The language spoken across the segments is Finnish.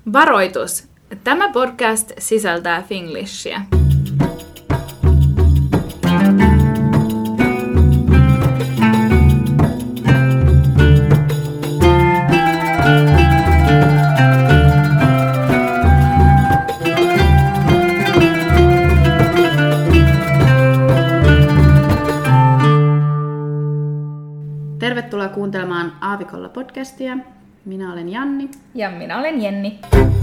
Varoitus! Tämä podcast sisältää finglishia. Tervetuloa kuuntelemaan Aavikolla podcastia. Minä olen Janni. Ja minä olen Jenni.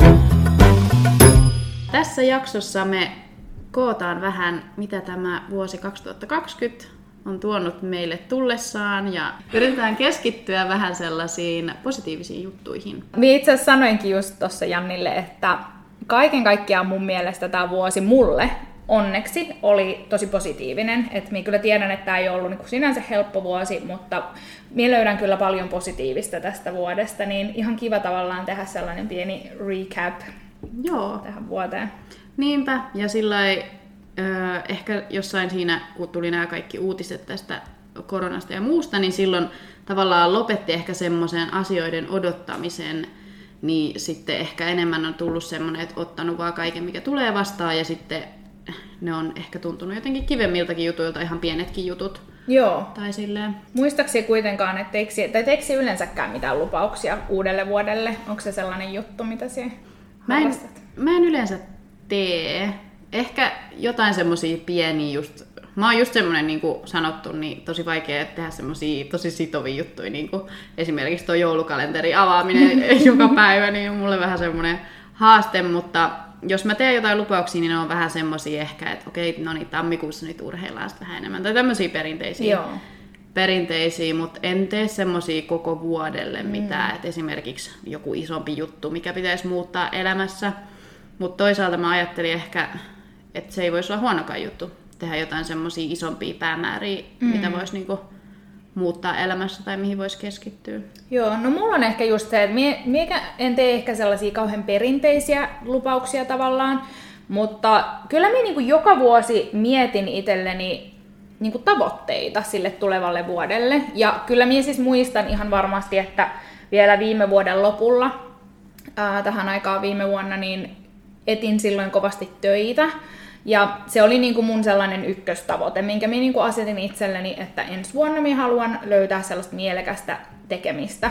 Tässä jaksossa me kootaan vähän, mitä tämä vuosi 2020 on tuonut meille tullessaan ja yritetään keskittyä vähän sellaisiin positiivisiin juttuihin. Minä itse asiassa sanoinkin just tuossa Jannille, että kaiken kaikkiaan mun mielestä tämä vuosi mulle onneksi oli tosi positiivinen. Et minä kyllä tiedän, että tämä ei ollut niin sinänsä helppo vuosi, mutta minä löydän kyllä paljon positiivista tästä vuodesta, niin ihan kiva tavallaan tehdä sellainen pieni recap tähän vuoteen. Niinpä, ja sillai, ehkä jossain siinä, kun tuli nämä kaikki uutiset tästä koronasta ja muusta, niin silloin tavallaan lopetti ehkä semmoisen asioiden odottamisen, niin sitten ehkä enemmän on tullut semmoinen, että ottanut vaan kaiken, mikä tulee vastaan, ja sitten ne on ehkä tuntunut jotenkin kivemmiltakin jutuilta, ihan pienetkin jutut. Joo. Tai silleen. Muistaakseni kuitenkaan, että teikö yleensäkään mitään lupauksia uudelle vuodelle? Onko se sellainen juttu, mitä sinä harrastat? Mä en yleensä tee. Ehkä jotain semmosia pieniä just. Mä oon just semmonen, niin kuin sanottu, niin tosi vaikea tehdä semmosia tosi sitovia juttuja. Niin kuin esimerkiksi tuo joulukalenterin avaaminen joka päivä, niin on mulle vähän semmonen haaste, mutta jos mä teen jotain lupauksia, niin ne on vähän semmosia ehkä, että okei, no niin, tammikuussa nyt urheillaan sitten vähän enemmän. Tai tämmösiä perinteisiä, mutta en tee semmosia koko vuodelle mitään. Että esimerkiksi joku isompi juttu, mikä pitäisi muuttaa elämässä. Mutta toisaalta mä ajattelin ehkä, että se ei voisi olla huonokaan juttu. Tehdä jotain semmosia isompia päämääriä, mitä voisi niinku muuttaa elämässä tai mihin voisi keskittyä. Joo, no mulla on ehkä just se, että minä en tee ehkä sellaisia kauhean perinteisiä lupauksia tavallaan, mutta kyllä minä niinku joka vuosi mietin itselleni niinku tavoitteita sille tulevalle vuodelle. Ja kyllä minä siis muistan ihan varmasti, että vielä viime vuoden lopulla, tähän aikaan viime vuonna, niin etin silloin kovasti töitä. Ja se oli niinku mun sellainen ykköstavoite, minkä minä niinku asetin itselleni, että ensi vuonna minä haluan löytää sellaista mielekästä tekemistä.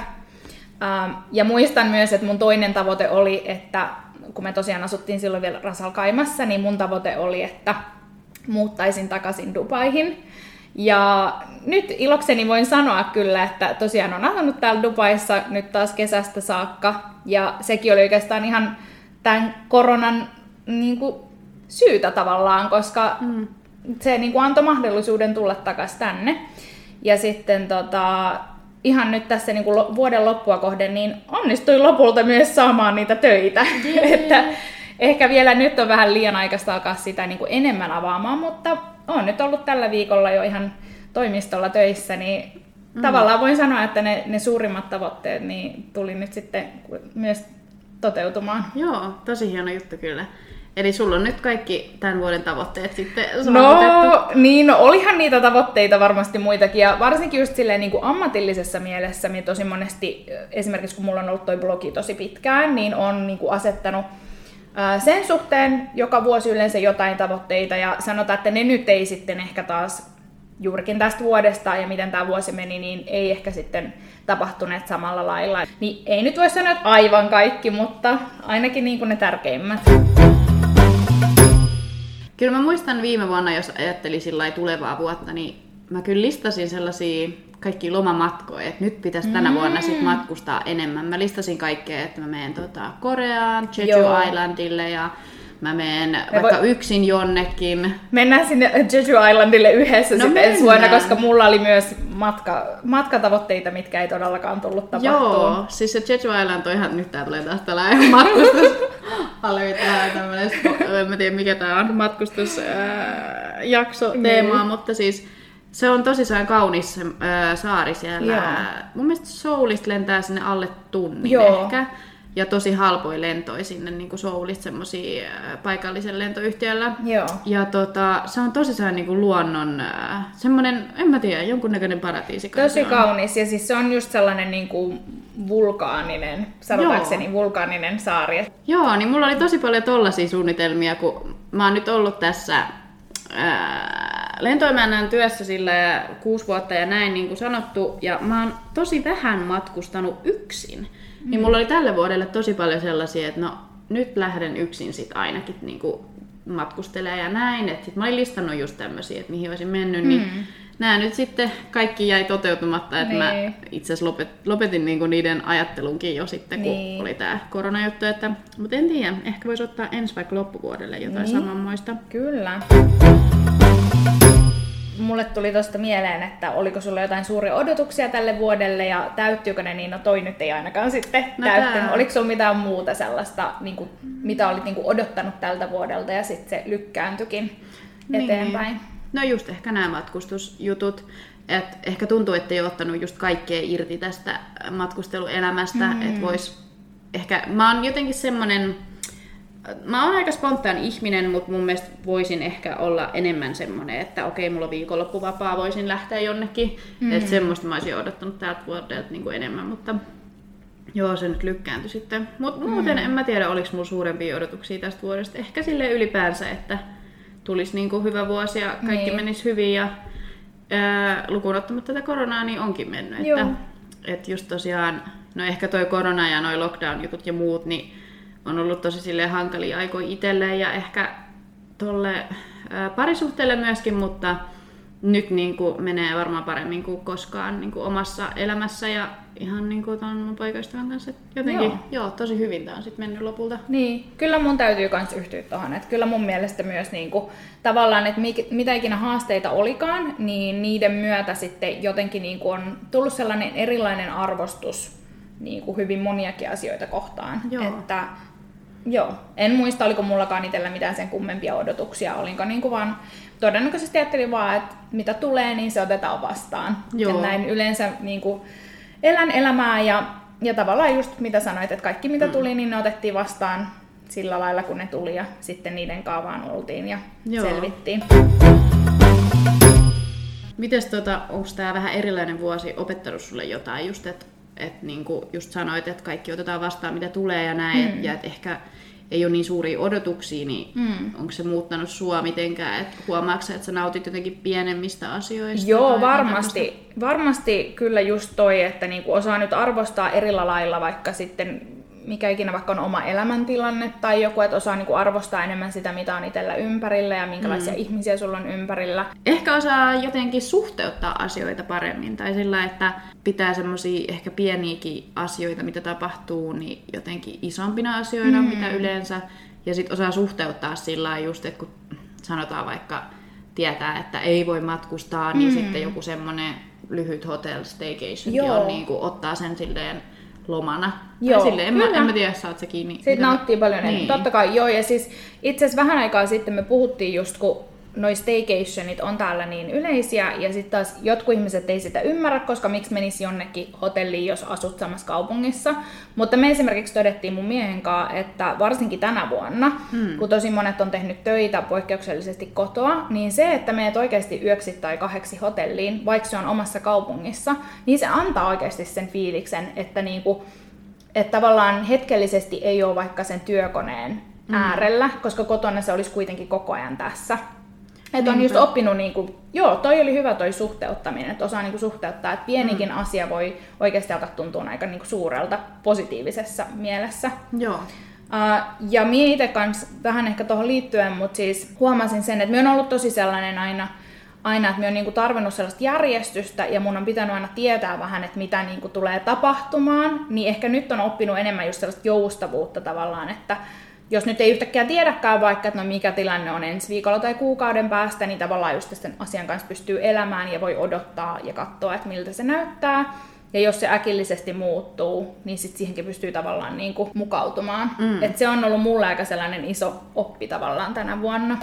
Ja muistan myös, että mun toinen tavoite oli, että kun me tosiaan asuttiin silloin vielä Ras Al Khaimassa, niin mun tavoite oli, että muuttaisin takaisin Dubaihin. Ja nyt ilokseni voin sanoa kyllä, että tosiaan on asunut täällä Dubaissa nyt taas kesästä saakka. Ja sekin oli oikeastaan ihan tämän koronan niinku syytä tavallaan, koska se niinku antoi mahdollisuuden tulla takaisin tänne. Ja sitten ihan nyt tässä niinku vuoden loppua kohden niin onnistuin lopulta myös saamaan niitä töitä. Että ehkä vielä nyt on vähän liian aikaista alkaa sitä niinku enemmän avaamaan, mutta olen nyt ollut tällä viikolla jo ihan toimistolla töissä, niin tavallaan voin sanoa, että ne suurimmat tavoitteet niin tuli nyt sitten myös toteutumaan. Joo, tosi hieno juttu kyllä. Eli sulla on nyt kaikki tämän vuoden tavoitteet sitten saavutettu? No olihan niitä tavoitteita varmasti muitakin, ja varsinkin just silleen niin kuin ammatillisessa mielessä minä tosi monesti, esimerkiksi kun mulla on ollut toi blogi tosi pitkään, niin on niin kuin asettanut sen suhteen joka vuosi yleensä jotain tavoitteita, ja sanotaan, että ne nyt ei sitten ehkä taas juurikin tästä vuodesta ja miten tämä vuosi meni, niin ei ehkä sitten tapahtuneet samalla lailla. Niin ei nyt voi sanoa, että aivan kaikki, mutta ainakin niin kuin ne tärkeimmät. Kyllä mä muistan viime vuonna, jos ajattelin sillai tulevaa vuotta, niin mä kyllä listasin sellaisia kaikki lomamatkoja, että nyt pitäisi tänä vuonna sit matkustaa enemmän. Mä listasin kaikkea, että mä menen Koreaan, Jeju Islandille ja mä menen vaikka yksin jonnekin. Mennään sinne Jeju Islandille yhdessä sitten ensi vuonna, koska mulla oli myös matkatavoitteita, mitkä ei todellakaan tullut tapahtumaan. Joo, siis se Jeju Island on ihan, nyt tää tulee taas tällainen matkustus. En tiedä mikä tää on, matkustusjakso teemaa, mutta siis se on tosissaan kaunis saari siellä. Mun mielestä Soulista lentää sinne alle tunnin ehkä. ja tosi halpoin lentoi sinne niin kuin Soulista semmosia paikallisen lentoyhtiöllä. Joo. Ja se on tosi sellainen niin kuin luonnon, semmoinen, en mä tiedä, jonkunnäköinen paratiisi. Tosi kaunis, ja siis se on just sellainen niin kuin vulkaaninen, sanotakseni vulkaaninen saari. Joo, niin mulla oli tosi paljon tollaisia suunnitelmia, kun mä oon nyt ollut tässä lentoemännän työssä sillä 6 vuotta ja näin niin kuin sanottu, ja mä oon tosi vähän matkustanut yksin. Niin mulla oli tälle vuodelle tosi paljon sellaisia, että no nyt lähden yksin sit ainakin niin kuin matkustelemaan ja näin. Et sit mä olin listannut just tämmöisiä, että mihin olisin mennyt, niin nämä nyt sitten kaikki jäi toteutumatta, että mä itse asiassa lopetin niinku niiden ajattelunkin jo sitten, kun oli tää koronajuttu. Mutta en tiedä, ehkä voisi ottaa ensi vaikka loppuvuodelle jotain samanmoista. Kyllä. Mulle tuli tosta mieleen, että oliko sulla jotain suuria odotuksia tälle vuodelle ja täyttyykö ne, niin no toi nyt ei ainakaan sitten täyttynyt. Oliko sulla mitään muuta sellaista, niin mitä olit niin odottanut tältä vuodelta ja sitten se lykkääntyikin eteenpäin? No just ehkä nämä matkustusjutut. Et ehkä tuntuu, että ei ole ottanut just kaikkea irti tästä matkusteluelämästä. Et mä oon jotenkin semmonen, mä oon aika spontaani ihminen, mutta mun mielestä voisin ehkä olla enemmän semmonen, että okei, mulla on viikonloppuvapaa, voisin lähteä jonnekin. Että semmoista mä olisin odottanut täältä vuodelta niin kuin enemmän, mutta joo, se nyt lykkääntyi sitten. Mutta muuten en mä tiedä, oliko mulla suurempia odotuksia tästä vuodesta. Ehkä silleen ylipäänsä, että tulisi niin kuin hyvä vuosi ja kaikki menisi hyvin ja lukuun ottamatta tätä koronaa, niin onkin mennyt. Että just tosiaan, no ehkä toi korona ja noi lockdown-jutut ja muut, niin on ollut tosi silleen hankalia aikoja itselleen ja ehkä tolle parisuhteelle myöskin, mutta nyt niin kuin menee varmaan paremmin kuin koskaan niin kuin omassa elämässä ja ihan niin kuin ton mun poikaystävän kanssa. Jotenkin, tosi hyvin tää on sit mennyt lopulta. Niin, kyllä mun täytyy kans yhtyä tohon, että kyllä mun mielestä myös niin kuin, tavallaan, että mitä ikinä haasteita olikaan, niin niiden myötä sitten jotenkin niin kuin on tullut sellainen erilainen arvostus niin kuin hyvin moniakin asioita kohtaan. Että en muista, oliko mullakaan itsellä mitään sen kummempia odotuksia, olinko niin kuin vaan todennäköisesti ajattelin vaan, että mitä tulee, niin se otetaan vastaan. Ja näin yleensä niin kuin elän elämää ja tavallaan just mitä sanoit, että kaikki mitä tuli, niin ne otettiin vastaan sillä lailla, kun ne tuli ja sitten niiden kaavaan oltiin ja selvittiin. Mites onko tää vähän erilainen vuosi opettanut sulle jotain just, että niinku just sanoit, että kaikki otetaan vastaan mitä tulee ja näin, ja että ehkä ei ole niin suuria odotuksia, niin onko se muuttanut sua mitenkään? Et huomaatko sä, että sä nautit jotenkin pienemmistä asioista? Joo, varmasti kyllä just toi, että niinku osaa nyt arvostaa eri lailla vaikka sitten mikä ikinä vaikka on oma elämäntilanne tai joku, että osaa niinku arvostaa enemmän sitä, mitä on itsellä ympärillä ja minkälaisia ihmisiä sulla on ympärillä. Ehkä osaa jotenkin suhteuttaa asioita paremmin tai sillä, että pitää semmosia ehkä pieniäkin asioita, mitä tapahtuu, niin jotenkin isompina asioina, mitä yleensä. Ja sit osaa suhteuttaa sillä just, että kun sanotaan vaikka tietää, että ei voi matkustaa, niin sitten joku semmonen lyhyt hotel staycation on niin kuin ottaa sen silleen lomana. Joo, silleen, en mä tiedä, saat sä kiinni. Siitä nauttii paljon enemmän. Totta kai, joo. Ja siis itse asiassa vähän aikaa sitten me puhuttiin just, kun noi staycationit on täällä niin yleisiä, ja sitten taas jotkut ihmiset ei sitä ymmärrä, koska miksi menisi jonnekin hotelliin, jos asut samassa kaupungissa. Mutta me esimerkiksi todettiin mun miehen kanssa, että varsinkin tänä vuonna, kun tosi monet on tehnyt töitä poikkeuksellisesti kotoa, niin se, että meet oikeasti yöksi tai 2 hotelliin, vaikka se on omassa kaupungissa, niin se antaa oikeasti sen fiiliksen, että niinku, että tavallaan hetkellisesti ei ole vaikka sen työkoneen äärellä, koska kotona se olisi kuitenkin koko ajan tässä. Että on just oppinut, niinku, toi oli hyvä toi suhteuttaminen, että osaa niinku suhteuttaa, että pienikin asia voi oikeasti alkaa tuntua aika niinku suurelta positiivisessa mielessä. Joo. Ja minä itse kanssa vähän ehkä tuohon liittyen, mutta siis huomasin sen, että minä olen ollut tosi sellainen aina että minä olen niinku tarvinnut sellaista järjestystä ja mun on pitänyt aina tietää vähän, että mitä niinku tulee tapahtumaan, niin ehkä nyt on oppinut enemmän just sellaista joustavuutta tavallaan, että jos nyt ei yhtäkkiä tiedäkään vaikka, että no mikä tilanne on ensi viikolla tai kuukauden päästä, niin tavallaan just sen asian kanssa pystyy elämään ja voi odottaa ja katsoa, että miltä se näyttää. Ja jos se äkillisesti muuttuu, niin sitten siihenkin pystyy tavallaan niin kuin mukautumaan. Et se on ollut mulle aika sellainen iso oppi tavallaan tänä vuonna.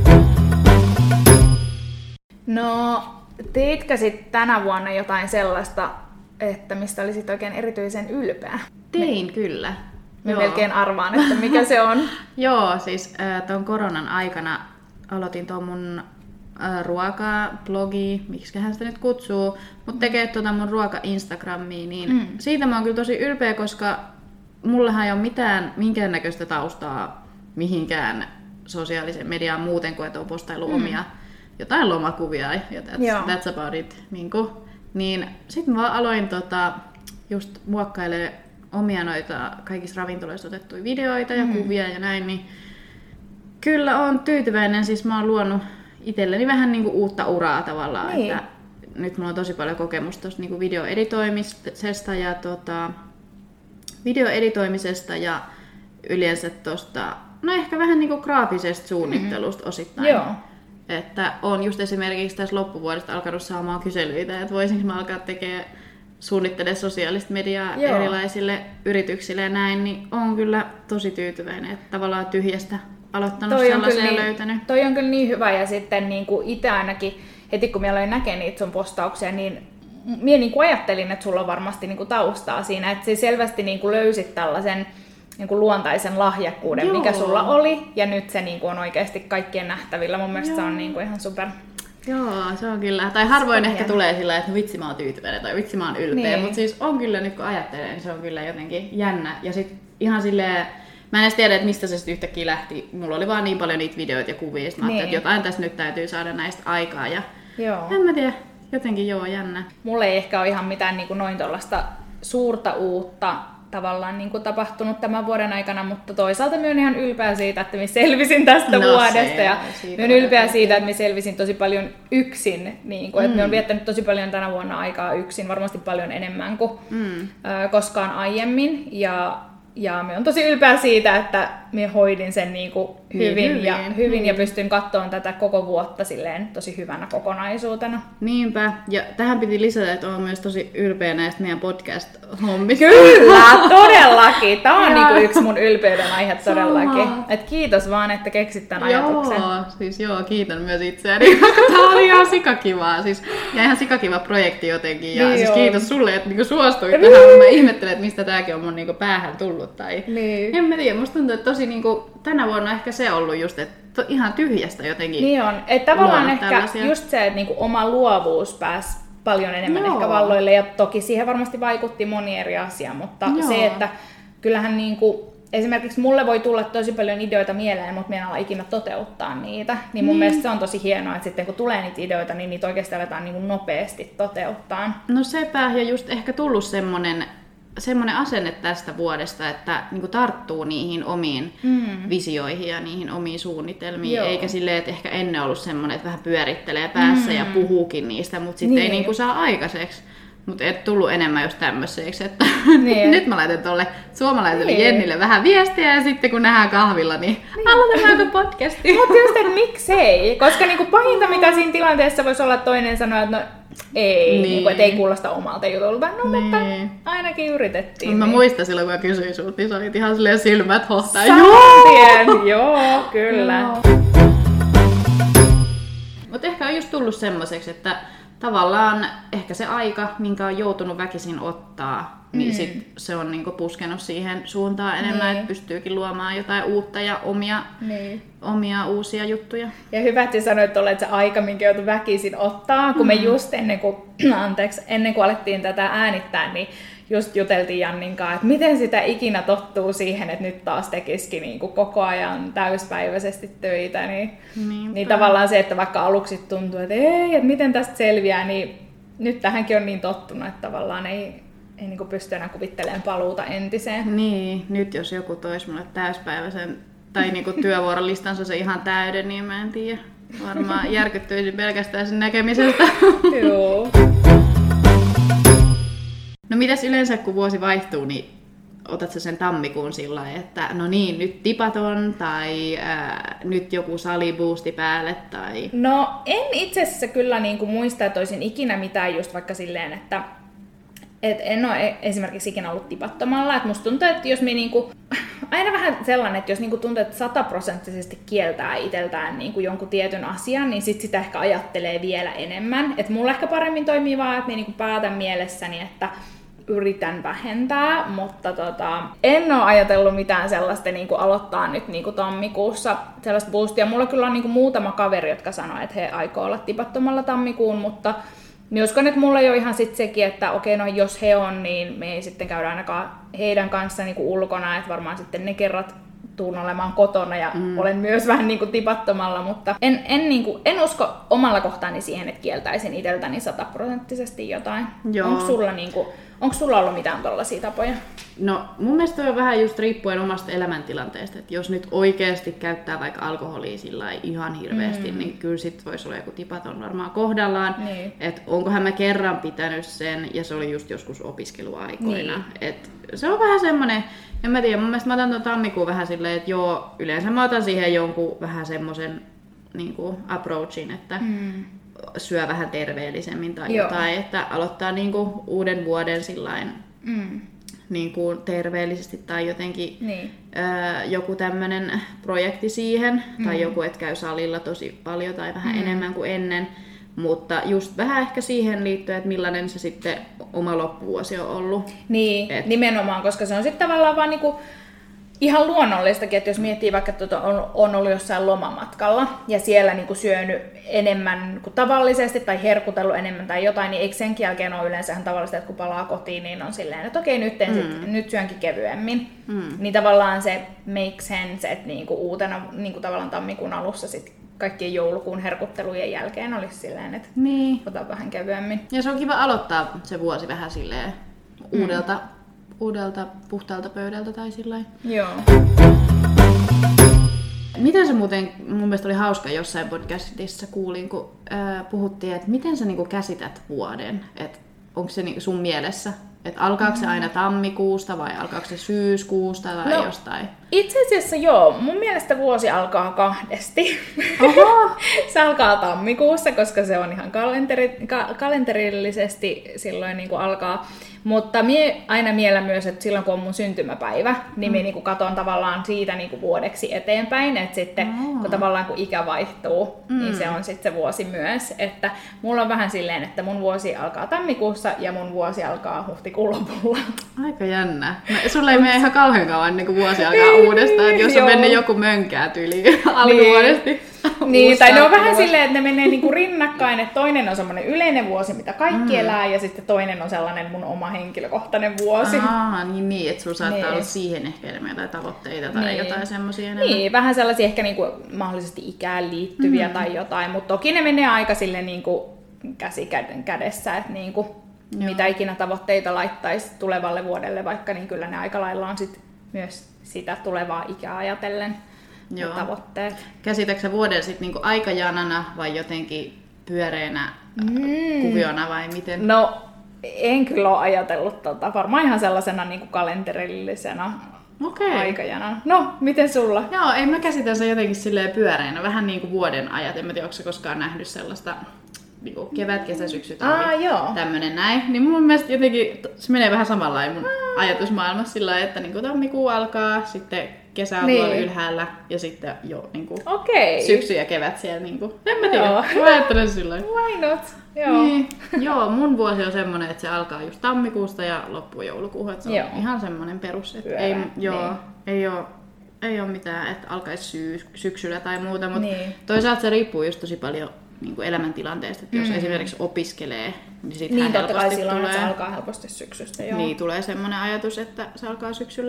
No, teitkö sitten tänä vuonna jotain sellaista, että mistä olisit oikein erityisen ylpeä? Tein kyllä. Mä melkein arvaan, että mikä se on. Joo, siis tuon koronan aikana aloitin tuon mun ruokablogi, miksiköhän sitä nyt kutsuu, mutta tekee mun ruoka-instagramia, niin siitä mä oon kyllä tosi ylpeä, koska mullahan ei ole minkäännäköistä taustaa mihinkään sosiaalisen mediaan muuten kuin, että on postailu omia jotain lomakuvia ja that's about it. Niin sit mä aloin just muokkailemaan omia noita kaikissa ravintoloissa otettuja videoita ja kuvia ja näin, niin kyllä oon tyytyväinen. Siis mä oon luonut itselleni vähän niinku uutta uraa tavallaan, niin. Että nyt mulla on tosi paljon kokemusta tosta niinku videoeditoimisesta ja yleensä tosta, no ehkä vähän niinku graafisesta suunnittelusta osittain. Joo. Että on just esimerkiksi tässä loppuvuodesta alkanut saamaan kyselyitä, että voisinko mä alkaa suunnittelemaan sosiaalista mediaa erilaisille yrityksille ja näin, niin on kyllä tosi tyytyväinen, että tavallaan tyhjästä aloittanut sellaisen ja löytänyt. Toi on kyllä niin hyvä, ja sitten niin kuin itse ainakin heti kun mä aloin näkemään niitä sun postauksia, niin minä niin kuin ajattelin, että sulla on varmasti niin kuin taustaa siinä, että se selvästi niin kuin löysit tällaisen niin kuin luontaisen lahjakkuuden, mikä sulla oli, ja nyt se niin kuin on oikeasti kaikkien nähtävillä. Mun mielestä se on niin kuin ihan super. Joo, se on kyllä. Tai harvoin ehkä tulee sillä, että vitsi mä oon tyytyväinen tai vitsi mä oon ylpeä, niin. Mutta siis on kyllä nyt kun ajattelen, niin se on kyllä jotenkin jännä. Ja sit ihan silleen, mä en edes tiedä, että mistä se sitten yhtäkkiä lähti. Mulla oli vaan niin paljon niitä videoita ja kuvia, mä ajattelin, että jotain tässä nyt täytyy saada näistä aikaa. Ja en mä tiedä, jotenkin jännä. Mulla ei ehkä ole ihan mitään niin kuin noin tollaista suurta uutta tavallaan niin kuin tapahtunut tämän vuoden aikana, mutta toisaalta mä oon ihan ylpeä siitä, että mä selvisin tästä vuodesta. Ja mä oon ylpeä siitä, että mä selvisin tosi paljon yksin. Niin kuin, että mä oon viettänyt tosi paljon tänä vuonna aikaa yksin, varmasti paljon enemmän kuin koskaan aiemmin. Ja mä oon tosi ylpeä siitä, että mä hoidin sen niin kuin hyvin ja pystyn katsomaan tätä koko vuotta silleen tosi hyvänä kokonaisuutena. Niinpä. Ja tähän piti lisätä, että oon myös tosi ylpeä näistä meidän podcast-hommista. Kyllä, todellakin. Tää on niinku yksi mun ylpeyden aihe todellakin. Et kiitos vaan, että keksit tämän ajatuksen. Kiitän myös itseäni. Tää oli ihan sikakivaa. Ja ihan sikakiva projekti jotenkin. Ja siis kiitos sulle, että niinku suostuit tähän. Mä ihmettelen, että mistä tääkin on mun niinku päähän tullut. Tai en mä tiedä, musta tuntuu, että tosi niinku tänä vuonna ehkä se ollut just, että ihan tyhjästä jotenkin. Niin on. Että tavallaan ehkä tällaisia. Just se, että niinku oma luovuus pääsi paljon enemmän ehkä valloille, ja toki siihen varmasti vaikutti moni eri asia, mutta se, että kyllähän niinku, esimerkiksi mulle voi tulla tosi paljon ideoita mieleen, mutta minä en ala ikinä toteuttaa niitä, niin mun mielestä se on tosi hienoa, että sitten kun tulee niitä ideoita, niin niitä oikeasti aletaan niinku nopeasti toteuttaa. No sepä, ja just ehkä tullut semmonen asenne tästä vuodesta, että niinku tarttuu niihin omiin visioihin ja niihin omiin suunnitelmiin, eikä silleen, että ehkä ennen ollut semmoinen, että vähän pyörittelee päässä ja puhuukin niistä, mutta sitten ei niinku saa aikaiseksi. Mutta et tullut enemmän just tämmöiseksi, että nyt mä laitan tolle suomalaiselle Jennille vähän viestiä ja sitten kun nähdään kahvilla, niin aloitetaanko podcasti. Mutta just, että miksei? Koska niinku pahinta mitä siinä tilanteessa voisi olla, toinen sanoa, että no ei, niinku, et ei kuulosta omalta jutulta. No mutta ainakin yritettiin. Mä muistan silloin, kun mä kysyin sulta, niin sä olit ihan silleen silmät hohtaa. Joo, kyllä. Mutta ehkä on just tullut semmoiseksi, että tavallaan ehkä se aika, minkä on joutunut väkisin ottaa, niin sit se on niinku puskenut siihen suuntaan enemmän, että pystyykin luomaan jotain uutta ja omia uusia juttuja. Ja hyvä, että sanoit tuolle, että se aika, minkä joutui väkisin ottaa, kun me just ennen kuin alettiin tätä äänittää, niin just juteltiin Jannin kanssa, että miten sitä ikinä tottuu siihen, että nyt taas tekisikin niin kuin koko ajan täyspäiväisesti töitä. Niin tavallaan se, että vaikka aluksi tuntuu, että ei, että miten tästä selviää, niin nyt tähänkin on niin tottunut, että tavallaan ei niin kuin pysty enää kuvittelemaan paluuta entiseen. Niin, nyt jos joku toisi mulle täyspäiväisen tai niin kuin työvuorolistansa se ihan täyden, niin mä en tiedä. Varmaan järkyttyisin pelkästään sen näkemisestä. Joo. No mitäs yleensä kun vuosi vaihtuu, niin otat sä sen tammikuun sillä lailla, että no niin, nyt tipaton tai nyt joku saliboosti päälle tai... No en itse asiassa kyllä niin kuin muista, että olisin ikinä mitään just vaikka silleen, että en ole esimerkiksi ikinä ollut tipattomalla. Että musta tuntuu, että jos niinku, aina vähän sellainen, että jos niinku tuntuu, että 100% kieltää itseltään niinku jonkun tietyn asian, niin sit sitä ehkä ajattelee vielä enemmän. Että mulla ehkä paremmin toimii vaan, että niinku päätän mielessäni, että yritän vähentää, mutta en ole ajatellut mitään sellaista niin kuin aloittaa nyt niin kuin tammikuussa sellaista boostia. Mulla kyllä on niin kuin muutama kaveri, jotka sanoo, että he aikoo olla tipattomalla tammikuun, mutta minä uskon, että mulla ei ole ihan sit sekin, että okei, no jos he on, niin me ei sitten käydä ainakaan heidän kanssa niin kuin ulkona, että varmaan sitten ne kerrat tuun olemaan kotona ja olen myös vähän niin kuin tipattomalla, mutta en usko omalla kohtaani siihen, että kieltäisin itseltäni 100% jotain. Onko sulla ollut mitään tollaisia tapoja? No mun mielestä on vähän just riippuen omasta elämäntilanteesta, että jos nyt oikeasti käyttää vaikka alkoholia sillä ihan hirveästi, niin kyllä sit voisi olla joku tipaton varmaan kohdallaan. Niin. Että onkohan mä kerran pitänyt sen, ja se oli just joskus opiskeluaikoina. Niin. Et se on vähän semmonen, en mä tiedä, mun mielestä mä otan tuon tammikuun vähän silleen, että joo, yleensä mä otan siihen jonkun vähän semmosen niinku approachin, että syö vähän terveellisemmin tai jotain, että aloittaa niinku uuden vuoden sillain niinku terveellisesti tai jotenkin joku tämmönen projekti siihen, tai joku, että käy salilla tosi paljon tai vähän enemmän kuin ennen, mutta just vähän ehkä siihen liittyen, että millainen se sitten oma loppuvuosi on ollut. Niin, nimenomaan, koska se on sitten tavallaan vaan niinku ihan luonnollistakin, että jos miettii vaikka, että on ollut jossain lomamatkalla ja siellä niinku syönyt enemmän kuin tavallisesti tai herkutellut enemmän tai jotain, niin eikö senkin jälkeen ole yleensä ihan tavallista, että kun palaa kotiin, niin on silleen, että okei, nyt syönkin kevyemmin. Niin tavallaan se make sense, että niinku uutena niinku tavallaan tammikuun alussa sit kaikkien joulukuun herkuttelujen jälkeen olisi silleen, että otan vähän kevyemmin. Ja se on kiva aloittaa se vuosi vähän silleen uudelta puhtaalta pöydältä tai sillä. Joo. Miten se muuten, mun mielestä oli hauska jossain podcastissa kuulin, kun puhuttiin, että miten sä niinku käsität vuoden, että onko se niinku sun mielessä, että alkaako se aina tammikuusta vai alkaako se syyskuusta tai jostain? Itse asiassa joo, mun mielestä vuosi alkaa kahdesti. Se alkaa tammikuussa, koska se on ihan kalenterillisesti silloin niin kuin alkaa. Mutta mie aina miellän myös, että silloin kun on mun syntymäpäivä, niin mie niin katon tavallaan siitä niin kuin vuodeksi eteenpäin, että sitten kun tavallaan kun ikä vaihtuu, niin se on sitten se vuosi myös. Että mulla on vähän silleen, että mun vuosi alkaa tammikuussa ja mun vuosi alkaa huhtikuun lopulla. Aika jännä. Sulla ei mene ihan kauhean kauan ennen kuin vuosi alkaa uudestaan, että jos on mennyt joku mönkää tyyliin alkuvuodesti. Niin, tai ne on vähän silleen, että ne menee niinku rinnakkain, että toinen on semmoinen yleinen vuosi, mitä kaikki elää, ja sitten toinen on sellainen mun oma henkilökohtainen vuosi. Niin, että sulla saattaa olla siihen ehkä enemmän jotain tavoitteita tai jotain semmoisia enemmän. Niin, vähän sellaisia ehkä niinku mahdollisesti ikään liittyviä tai jotain, mutta toki ne menee aika silleen niinku käsi kädessä, että niinku mitä ikinä tavoitteita laittaisi tulevalle vuodelle, vaikka niin kyllä ne aika lailla on sit myös sitä tulevaa ikää ajatellen. Tavoitteet. Käsitätkö sä vuoden sitten niinku aikajanana vai jotenkin pyöreänä kuviona vai miten? No, en kyllä ole ajatellut varmaan ihan sellaisena niinku kalenterillisena aikajanana. No, miten sulla? Joo, ei mä käsitä se jotenkin silleen pyöreänä, vähän niinku vuoden ajat. En mä tiedä, onko sä koskaan nähnyt sellaista niinku kevät, kesä, syksy, tämmönen näin. Niin mun mielestä jotenkin se menee vähän samanlainen mun ajatusmaailmassa sillä lailla, että niinku tammikuu alkaa, sitten kesä on tuolla ylhäällä ja sitten jo niinku syksy ja kevät siellä niinku. En mä tiedä, mä ajattelen silloin. Why not? Joo. Niin. Joo, mun vuosi on semmonen, että se alkaa just tammikuusta ja loppuu joulukuuhun, että se on ihan semmonen perus, että ei oo mitään, että alkaisi syksyllä tai muuta, mutta toisaalta se riippuu just tosi paljon niin kuin elämäntilanteesta, että jos esimerkiksi opiskelee, niin sitten helposti silloin, tulee. Se alkaa helposti syksystä. Joo. Niin, tulee semmoinen ajatus, että se alkaa syksyllä.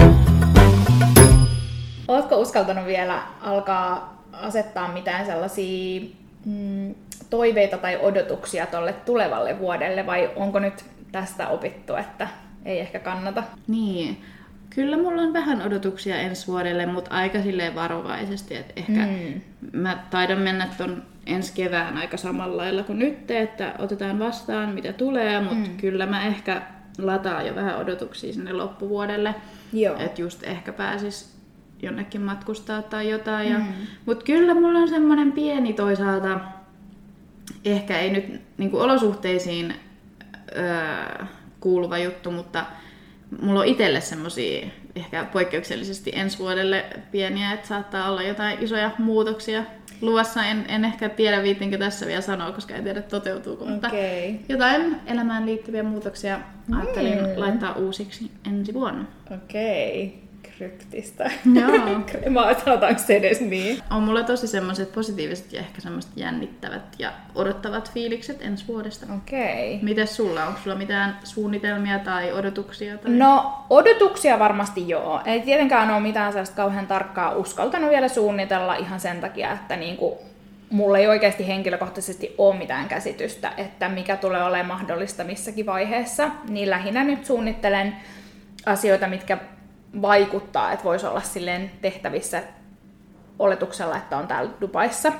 Oletko uskaltanut vielä alkaa asettaa mitään sellaisia toiveita tai odotuksia tuolle tulevalle vuodelle, vai onko nyt tästä opittu, että ei ehkä kannata? Niin. Kyllä mulla on vähän odotuksia ensi vuodelle, mutta aika silleen varovaisesti, että ehkä mä taidan mennä ton ensi kevään aika samalla lailla kuin nyt, että otetaan vastaan mitä tulee, mutta kyllä mä ehkä lataan jo vähän odotuksia sinne loppuvuodelle, että just ehkä pääsis jonnekin matkustaa tai jotain. Mutta kyllä mulla on semmoinen pieni toisaalta, ehkä ei nyt niinku olosuhteisiin kuuluva juttu, mutta mulla on itselle semmosia ehkä poikkeuksellisesti ensi vuodelle pieniä, että saattaa olla jotain isoja muutoksia. luvassa. En ehkä tiedä, viittinkö tässä vielä sanoa, koska en tiedä toteutuuko, mutta jotain elämään liittyviä muutoksia ajattelin laittaa uusiksi ensi vuonna. Okei. Kryptistä. Joo. Mä otanko se edes niin? On mulla tosi semmoiset positiiviset ja ehkä semmoiset jännittävät ja odottavat fiilikset ensi vuodesta. Okei. Mites sulla? Onko sulla mitään suunnitelmia tai odotuksia? Tai... No, odotuksia varmasti joo. Ei tietenkään ole mitään sellaista kauhean tarkkaa uskaltanut vielä suunnitella ihan sen takia, että niinku, mulla ei oikeasti henkilökohtaisesti ole mitään käsitystä, että mikä tulee olemaan mahdollista missäkin vaiheessa. Niin lähinnä nyt suunnittelen asioita, mitkä vaikuttaa, että voisi olla silleen tehtävissä oletuksella, että on täällä Dubaissa.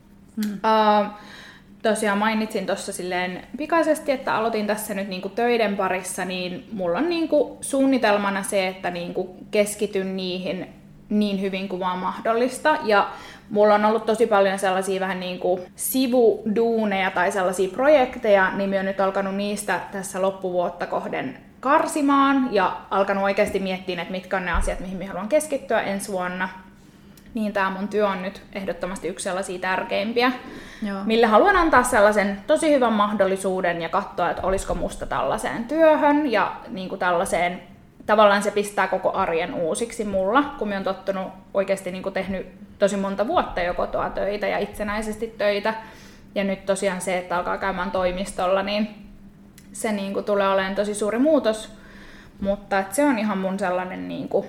Tosiaan mainitsin tuossa silleen pikaisesti, että aloitin tässä nyt niinku töiden parissa, niin mulla on niinku suunnitelmana se, että niinku keskityn niihin niin hyvin kuin vaan mahdollista. Ja mulla on ollut tosi paljon sellaisia vähän niinku sivuduuneja tai sellaisia projekteja, niin mä oon nyt alkanut niistä tässä loppuvuotta kohden karsimaan ja alkanut oikeasti miettiä, että mitkä on ne asiat, mihin mä haluan keskittyä ensi vuonna. Niin tää mun työ on nyt ehdottomasti yksi sellaisia tärkeimpiä, millä haluan antaa sellaisen tosi hyvän mahdollisuuden ja katsoa, että olisiko musta tällaiseen työhön ja niin kuin tällaiseen, tavallaan se pistää koko arjen uusiksi mulla, kun mä oon tottunut oikeasti niin kuin tehnyt tosi monta vuotta jo kotoa töitä ja itsenäisesti töitä. Ja nyt tosiaan se, että alkaa käymään toimistolla, niin se niin kuin tulee olemaan tosi suuri muutos, mutta se on ihan mun sellainen niin kuin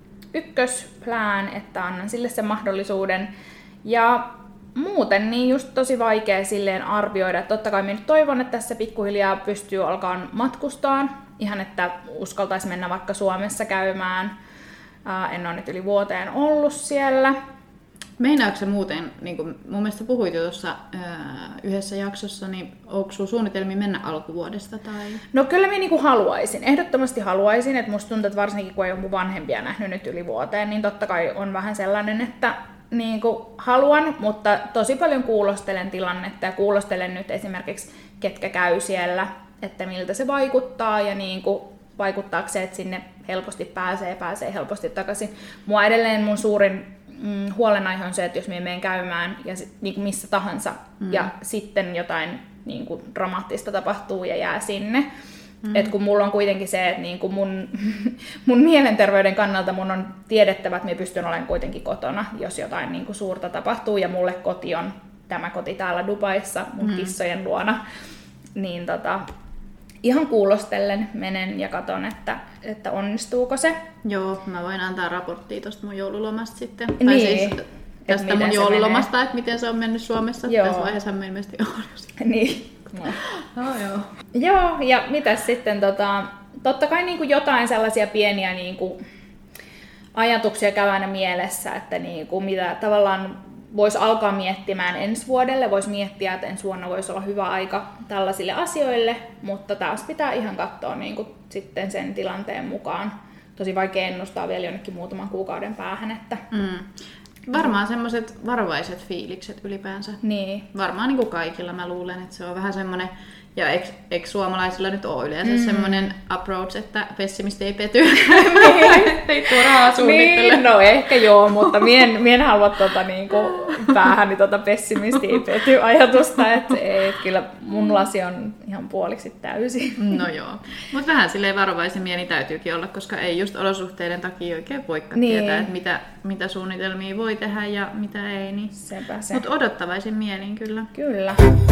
ykkösplään, että annan sille sen mahdollisuuden. Ja muuten niin just tosi vaikea silleen arvioida. Totta kai minä nyt toivon, että tässä pikkuhiljaa pystyy alkaa matkustaa. Ihan, että uskaltaisi mennä vaikka Suomessa käymään. En ole nyt yli vuoteen ollut siellä. Meinaatko sä muuten, niin kuin mun mielestä puhuit jo tuossa yhdessä jaksossa, niin onko sulla suunnitelmia mennä alkuvuodesta? Tai... No kyllä minä niin haluaisin, ehdottomasti haluaisin, että musta tuntuu, että varsinkin kun ei ole mun vanhempia nähnyt nyt yli vuoteen, niin totta kai on vähän sellainen, että niin kuin haluan, mutta tosi paljon kuulostelen tilannetta ja kuulostelen nyt esimerkiksi ketkä käy siellä, että miltä se vaikuttaa ja niin kuin vaikuttaako se, että sinne helposti pääsee helposti takaisin. Mua edelleen mun suurin huolenaihe on se, että jos minä menen käymään ja niin kuin missä tahansa ja sitten jotain niin kuin dramaattista tapahtuu ja jää sinne. Et kun mulla on kuitenkin se, että niin kuin mun mielenterveyden kannalta mun on tiedettävä, että minä pystyn olemaan kuitenkin kotona, jos jotain niin kuin suurta tapahtuu. Ja mulle koti on tämä koti täällä Dubaissa mun kissojen luona. Niin ihan kuulostellen menen ja katon, että onnistuuko se. Joo, mä voin antaa raporttia tuosta mun joululomasta sitten. Niin. Tai siis tästä mun joululomasta, että miten se on mennyt Suomessa. Joo. Tässä vaiheessa me ilmeisesti on. Niin. Joo. Joo, ja mitäs sitten, totta kai niin kuin jotain sellaisia pieniä niin kuin ajatuksia käy aina mielessä, että niin kuin mitä tavallaan voisi alkaa miettimään ensi vuodelle, voisi miettiä, että ensi vuonna voisi olla hyvä aika tällaisille asioille, mutta taas pitää ihan katsoa niin kuin sitten sen tilanteen mukaan. Tosi vaikea ennustaa vielä jonnekin muutaman kuukauden päähän. Että... Varmaan semmoiset varovaiset fiilikset ylipäänsä. Niin. Varmaan niin kuin kaikilla mä luulen, että se on vähän semmoinen, ja eikö suomalaisilla nyt ole yleensä semmoinen approach, että pessimisti ei pety. Ei turhaa suunnittele. Niin, no ehkä joo, mutta mien halua niinku päähäni pessimisti ei pety ajatusta, että kyllä mun lasi on ihan puoliksi täysi. No joo, mutta vähän silleen varovaisen mieli täytyykin olla, koska ei just olosuhteiden takia oikein voikaan tietää, että mitä suunnitelmia voi tehdä ja mitä ei. Niin. Sepä se. Mutta odottavaisin mielin kyllä. Kyllä.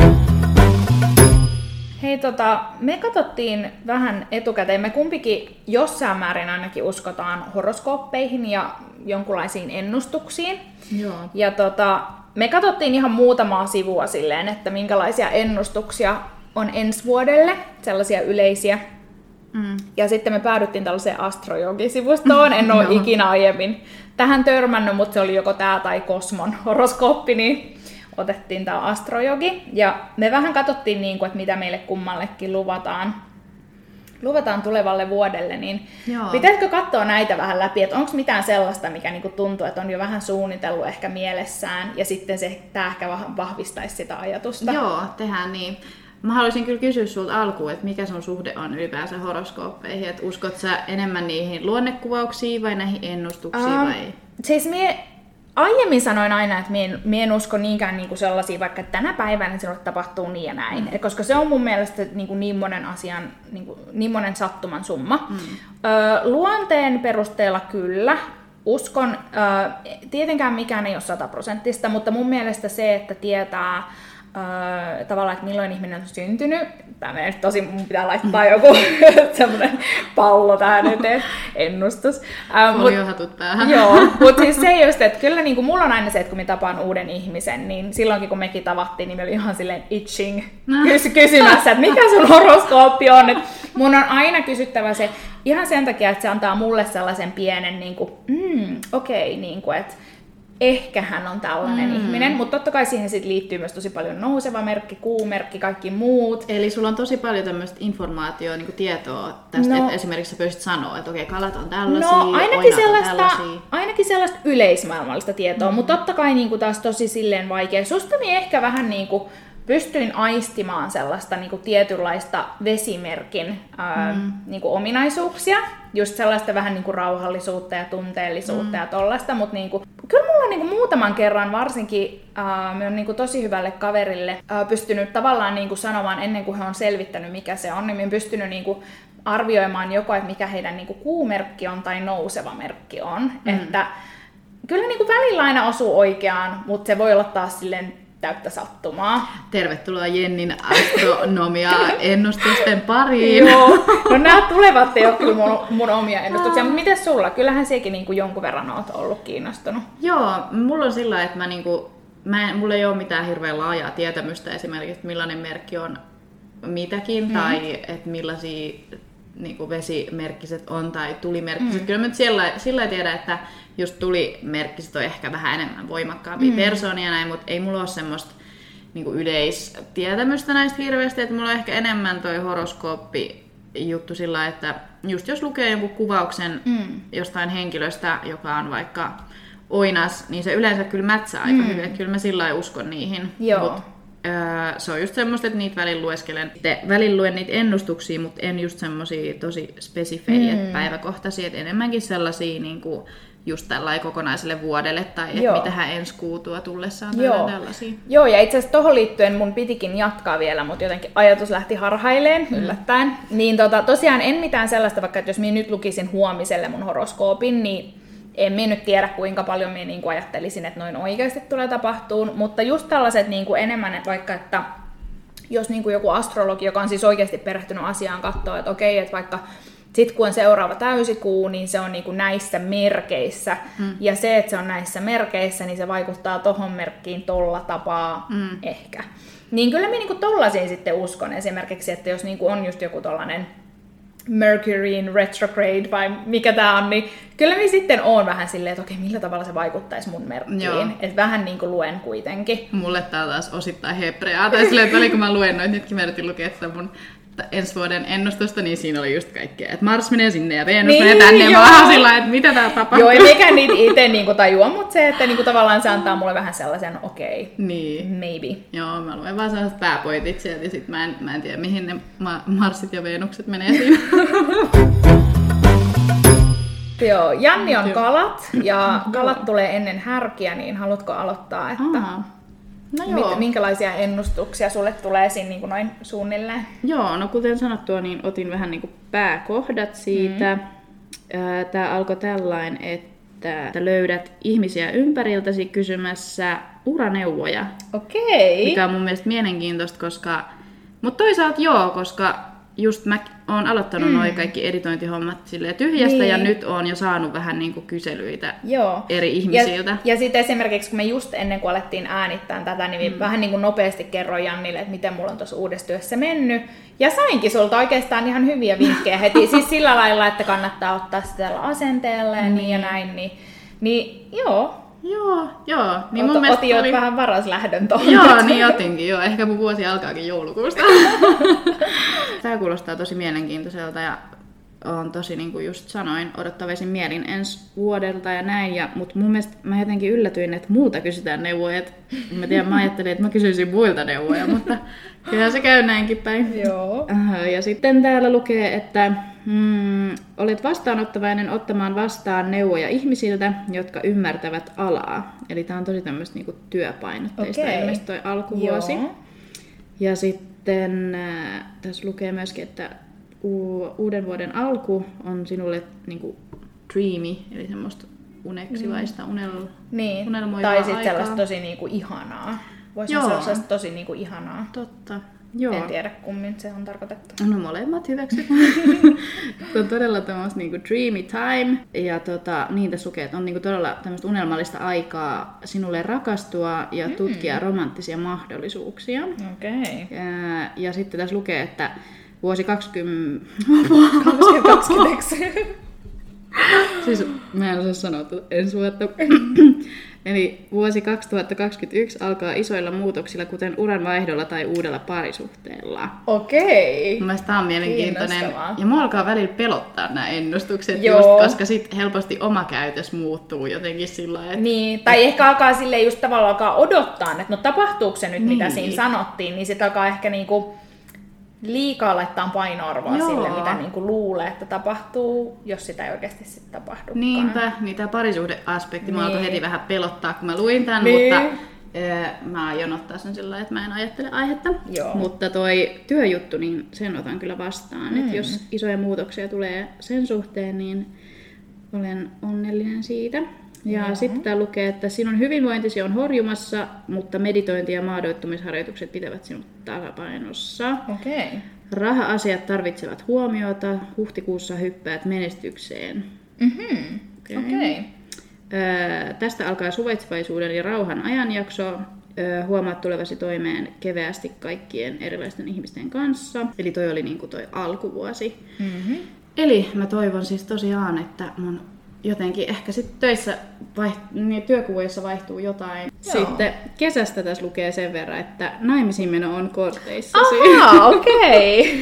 Hei, me katsottiin vähän etukäteen. Me kumpikin jossain määrin ainakin uskotaan horoskooppeihin ja jonkunlaisiin ennustuksiin. Joo. Ja me katsottiin ihan muutamaa sivua silleen, että minkälaisia ennustuksia on ensi vuodelle, sellaisia yleisiä. Ja sitten me päädyttiin tällaiseen Astrojogi-sivustoon. En ole ikinä aiemmin tähän törmännyt, mutta se oli joko tämä tai Kosmon horoskooppi, niin otettiin tämä Astrojogi, ja me vähän katsottiin, että mitä meille kummallekin luvataan tulevalle vuodelle, niin pitäisikö katsoa näitä vähän läpi, että onko mitään sellaista, mikä tuntuu, että on jo vähän suunnitellut ehkä mielessään, ja sitten tämä ehkä vähän vahvistaisi sitä ajatusta. Joo, tehdään niin. Mä haluaisin kyllä kysyä sulta alkuun, että mikä sun suhde on ylipäänsä horoskooppeihin, että uskot sä enemmän niihin luonnekuvauksiin vai näihin ennustuksiin vai? Siis mie aiemmin sanoin aina, että mie en usko niinkään niinku sellaisia, vaikka tänä päivänä sinulle tapahtuu niin ja näin. Et koska se on mun mielestä niin monen asian, niin monen sattuman summa. Luonteen perusteella kyllä. Uskon, tietenkään mikään ei ole 100%, mutta mun mielestä se, että tietää tavallaan, että milloin ihminen on syntynyt. Tämä menee tosi, mun pitää laittaa joku semmoinen pallo tähän eteen, ennustus. Foliohatut päähän. Joo, mutta siis se just, että kyllä niin kuin mulla on aina se, että kun mä tapaan uuden ihmisen, niin silloinkin kun mekin tavattiin, niin me oli ihan silleen itching kysymässä, että mikä sun horoskooppi on. Et mun on aina kysyttävä se ihan sen takia, että se antaa mulle sellaisen pienen, niin kuin, okei, niin kuin, että ehkä hän on tällainen ihminen, mutta totta kai siihen sit liittyy myös tosi paljon nouseva merkki, kuumerkki, kaikki muut. Eli sulla on tosi paljon tämmöistä informaatiota, niin tietoa tästä, että esimerkiksi sä pystyt sanoa, että okei, kalat on tällaisia, ainakin sellaista yleismaailmallista tietoa, mutta totta kai niin kuin taas tosi silleen vaikea. Susta niin ehkä vähän niin kuin pystyin aistimaan sellaista niin kuin tietynlaista vesimerkin niin kuin ominaisuuksia, just sellaista vähän niin kuin rauhallisuutta ja tunteellisuutta ja tollaista, mutta niin kuin, kyllä mulla niin kuin muutaman kerran varsinkin me on niin kuin tosi hyvälle kaverille pystynyt tavallaan niin kuin sanomaan ennen kuin he on selvittänyt mikä se on, niin me on pystynyt niin kuin arvioimaan joko, että mikä heidän niin kuin kuumerkki on tai nouseva merkki on, että kyllä niin kuin välillä aina osuu oikeaan, mutta se voi olla taas silleen täyttä sattumaa. Tervetuloa Jennin astronomia-ennustusten pariin. Joo, no nämä tulevat ei ole kyllä mun omia ennustuksia, mutta miten sulla? Kyllähän sekin niin kuin jonkun verran oot ollut kiinnostunut. Joo, mulla on sillä, että mulla ei ole mitään hirveän laajaa tietämystä esimerkiksi, että millainen merkki on mitäkin, tai että millaisia niin kuin vesimerkkiset on tai tulimerkkiset. Kyllä mä nyt sillä tiedä, että just tulimerkkiset on ehkä vähän enemmän voimakkaampia persoonia näin, mutta ei mulla ole semmoista niin kuin yleistietämystä näistä hirveästi, että mulla on ehkä enemmän toi horoskooppi juttu sillä, että just jos lukee jonkun kuvauksen jostain henkilöstä, joka on vaikka oinas, niin se yleensä kyllä mätsää aika hyvin, että kyllä mä sillä lailla uskon niihin. Joo. Se on just semmoista, että niitä välillä lueskelen. Välillä luen niitä ennustuksia, mutta en just semmosia tosi spesifejä päiväkohtaisia, että enemmänkin sellaisia niin kuin just tällainen kokonaiselle vuodelle, tai että mitähän ensi kuu tuo tullessaan tällaisia. Joo, ja itse asiassa tohon liittyen mun pitikin jatkaa vielä, mutta jotenkin ajatus lähti harhaileen yllättäen. Niin tosiaan en mitään sellaista, vaikka että jos minä nyt lukisin huomiselle mun horoskoopin, niin en minä nyt tiedä, kuinka paljon minä niin kuin ajattelisin, että noin oikeasti tulee tapahtuun, mutta just tällaiset niin kuin enemmän, että vaikka että jos niin kuin joku astrologi, joka on siis oikeasti perehtynyt asiaan, katsoo, että okei, että vaikka sitten kun on seuraava täysikuu, niin se on niin kuin näissä merkeissä, ja se, että se on näissä merkeissä, niin se vaikuttaa tohon merkkiin tolla tapaa ehkä. Niin kyllä minä niin kuin tollaisiin sitten uskon esimerkiksi, että jos niin kuin on just joku tollainen Mercury in retrograde vai mikä tää on, niin kyllä minä sitten oon vähän silleen, että okei, millä tavalla se vaikuttaisi mun merkkiin. Että vähän niin kuin luen kuitenkin. Mulle tää taas osittain hebreaa, tai silleen, että kun mä luen noin, nytkin mä yritin lukea sitä mun ensi vuoden ennustusta, niin siinä oli just kaikkea, että Mars menee sinne ja Venus menee tänne, ja mä vähän sillä että mitä tää tapahtuu. Joo, ei mikään niitä itse niinku tajua, mutta se, että niinku tavallaan se antaa mulle vähän sellaisen, niin. Maybe. Joo, mä luen vaan sellaiset pääpointit sieltä, ja sit mä en tiedä, mihin ne Marsit ja Venukset menee siinä. Joo, Janni on kalat, ja kalat tulee ennen härkiä, niin haluatko aloittaa, että No joo. Minkälaisia ennustuksia sulle tulee siinä niin kuin noin suunnilleen? Joo, no kuten sanottua, niin otin vähän niin kuin pääkohdat siitä. Tämä alkoi tällainen, että löydät ihmisiä ympäriltäsi kysymässä uraneuvoja. Okei. Mikä on mun mielestä mielenkiintoista, mutta toisaalta koska just mä oon aloittanut noi kaikki editointihommat silleen tyhjästä, ja nyt oon jo saanut vähän niinku kyselyitä eri ihmisiltä. Ja sitten esimerkiksi kun me just ennen kuin alettiin äänittää tätä, niin vähän niin kuin nopeasti kerroin Jannille, että miten mulla on tuossa uudessa työssä mennyt. Ja sainkin sulta oikeastaan ihan hyviä vinkkejä heti, siis sillä lailla, että kannattaa ottaa sitä tällä asenteella ja niin ja näin. Niin joo. Joo. Niin mun mielestä otin vähän varaslähdön tuohon. Joo, niin otinkin. Joo. Ehkä mun vuosi alkaakin joulukuusta. Tämä kuulostaa tosi mielenkiintoiselta ja on tosi, niin kuin just sanoin, odottavaisin mielin ensi vuodelta ja näin. Mutta mun mielestä mä jotenkin yllätyin, että multa kysytään neuvoja. Mä ajattelin, että mä kysyisin muilta neuvoja, mutta kyllähän se käy näinkin päin. Joo. Ja sitten täällä lukee, että Olet vastaanottavainen ottamaan vastaan neuvoja ihmisiltä, jotka ymmärtävät alaa. Eli tää on tosi tämmöistä niinku työpainotteista ilmeisesti toi alkuvuosi. Joo. Ja sitten tässä lukee myöskin, että uuden vuoden alku on sinulle niinku dreamy, eli semmoista uneksivaista, unelmoivaa tai sitten sellaista tosi niinku ihanaa. Voisi olla sellaista tosi niinku ihanaa. Totta. Joo. En tiedä kummin se on tarkoitettu. No molemmat hyväksyt. On todella tämmöistä niinku dreamy time. Ja niin tässä lukee, että on niinku todella tämmöistä unelmallista aikaa sinulle rakastua ja tutkia romanttisia mahdollisuuksia. Okei. Ja sitten tässä lukee, että vuosi 2020. Siis mä en osaa sanoa ensi vuotta. Eli vuosi 2021 alkaa isoilla muutoksilla, kuten uranvaihdolla tai uudella parisuhteella. Okei. Mielestäni tämä on mielenkiintoinen. Ja mua alkaa välillä pelottaa nämä ennustukset, just, koska sitten helposti oma käytös muuttuu jotenkin sillä lailla. Niin, tai ehkä alkaa silleen just tavallaan alkaa odottaa, että no tapahtuuko se nyt, mitä siinä sanottiin, niin sitten alkaa ehkä niinku liikaa laittaa painoarvoa sille, mitä niinku luulee, että tapahtuu, jos sitä ei oikeasti sitten tapahdukaan. Niinpä, niin tämä parisuhdeaspekti mua alkoi heti vähän pelottaa, kun mä luin tämän, mutta mä aion ottaa sen sillä lailla, että mä en ajattele aihetta. Joo. Mutta toi työjuttu, niin sen otan kyllä vastaan. Että jos isoja muutoksia tulee sen suhteen, niin olen onnellinen siitä. Ja sitten tää lukee, että sinun hyvinvointisi on horjumassa, mutta meditointi ja maadoittumisharjoitukset pitävät sinut tasapainossa. Okei. Raha-asiat tarvitsevat huomiota. Huhtikuussa hyppäät menestykseen. Okei. Tästä alkaa suvaitsevaisuuden ja rauhan ajanjakso. Huomaat tulevasi toimeen keveästi kaikkien erilaisten ihmisten kanssa. Eli toi oli niinku toi alkuvuosi. Eli mä toivon siis tosiaan, että mun jotenkin ehkä sitten töissä niin työkuvioissa vaihtuu jotain. Joo. Sitten kesästä tässä lukee sen verran, että naimisiin meno on korteissasi. Ahaa, okei.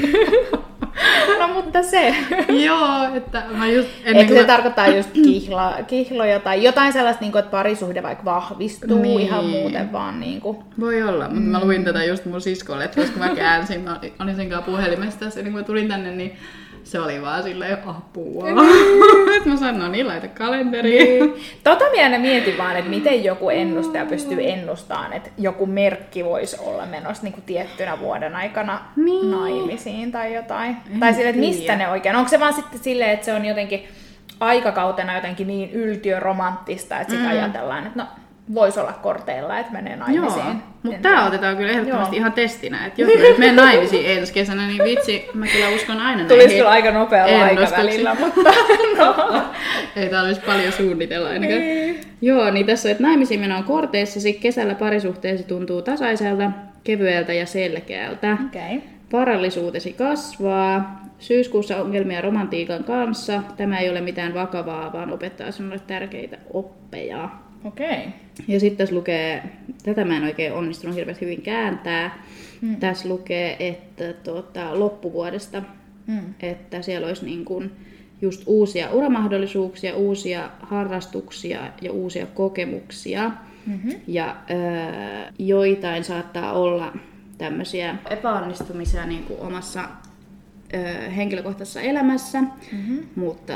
No mutta se. Joo, että mä just... Eikö se tarkoittaa just kihloja tai jotain sellaista, että parisuhde vaikka vahvistuu ihan muuten vaan niinku. Voi olla, mutta mä luin tätä just mun siskolle, että kun mä käänsin, mä olin sen kanssa puhelimesta, ja kun mä tulin tänne, niin se oli vaan silleen apua. Että mä sanoin, niin laita kalenderiin. Minä mietin vaan, että miten joku ennustaja pystyy ennustamaan, että joku merkki voisi olla menossa niin kuin tiettynä vuoden aikana naimisiin tai jotain. Tai silleen, että mistä ne oikein. Onko se vaan sitten silleen, että se on jotenkin aikakautena jotenkin niin yltiöromanttista, että sitten ajatellaan, että no voisi olla korteilla, että menee naimisiin. Joo, mutta tämä otetaan kyllä ehdottomasti ihan testinä, että jos mä nyt menen naimisiin ensi kesänä, niin vitsi, mä kyllä uskon aina näihin. Tulisi kyllä aika nopealla aikavälillä, mutta no. Ei tarvitsisi paljon suunnitella ainakaan. Joo, niin tässä on, että naimisiin meno on korteissasi, kesällä parisuhteesi tuntuu tasaiselta, kevyeltä ja selkeältä. Okay. Varallisuutesi kasvaa. Syyskuussa ongelmia romantiikan kanssa. Tämä ei ole mitään vakavaa, vaan opettaa sinulle tärkeitä oppeja. Okei. Ja sitten tässä lukee, tätä mä en oikein onnistunut hirveästi hyvin kääntää. Tässä lukee, että loppuvuodesta, että siellä olisi niin kuin just uusia uramahdollisuuksia, uusia harrastuksia ja uusia kokemuksia. Ja joitain saattaa olla tämmöisiä epäonnistumisia niin kuin omassa henkilökohtaisessa elämässä, mutta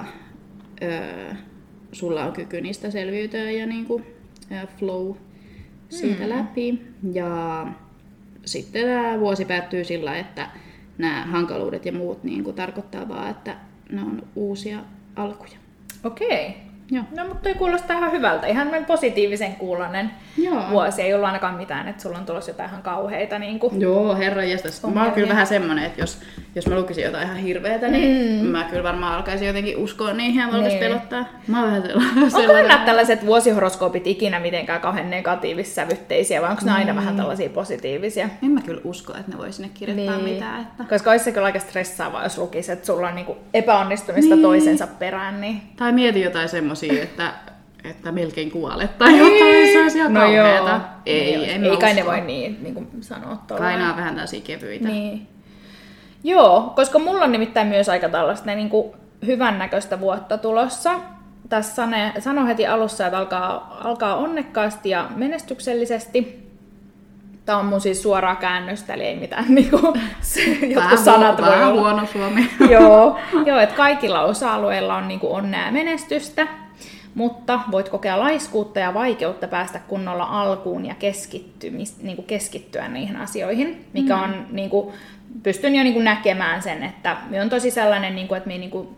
sulla on kyky niistä selviytyä ja niinku flow siitä läpi. Ja sitten tämä vuosi päättyy sillä, että nämä hankaluudet ja muut niinku tarkoittaa vaan, että ne on uusia alkuja. Okei. Joo. No mutta toi kuulostaa ihan hyvältä. Ihan positiivisen kuulonen vuosi. Ei ollut ainakaan mitään, että sulla on tulossa jotain ihan kauheita. Niin kuin joo, herranjestas. Mä oon kyllä vähän semmonen, että jos mä lukisin jotain ihan hirveetä, niin mä kyllä varmaan alkaisin jotenkin uskoa niihin ja alkaisi pelottaa. Mä oon vähän sellainen. Onko nämä tällaiset vuosihoroskoopit ikinä mitenkään kauhean negatiivissävytteisiä vai onko ne aina vähän tällaisia positiivisia? En mä kyllä usko, että ne voi sinne kirjoittaa mitään. Että koska olisi se kyllä aika stressaavaa, jos lukisi, että sulla on niinku epäonnistumista toisensa perään. Niin tai mieti jotain semmoisia, että melkein kuolet tai jotain, se olisi ihan kauheata. Ei kai ne voi niin kuin sanoa tuolla. Kai nämä on vähän tällaisia kevyitä. Niin. Joo, koska mulla on nimittäin myös aika tällaista niin kuin hyvännäköistä vuotta tulossa. Tässä sano heti alussa, että alkaa onnekkaasti ja menestyksellisesti. Tämä on mun siis suoraa käännöstä, eli ei mitään niinku, jotkut sanat voi olla. Huono suomi. Joo, että kaikilla osa-alueilla on niinku onnea ja menestystä, mutta voit kokea laiskuutta ja vaikeutta päästä kunnolla alkuun ja niinku keskittyä niihin asioihin, mikä on, niinku, pystyn jo niinku näkemään sen, että me on tosi sellainen, niinku, että me niinku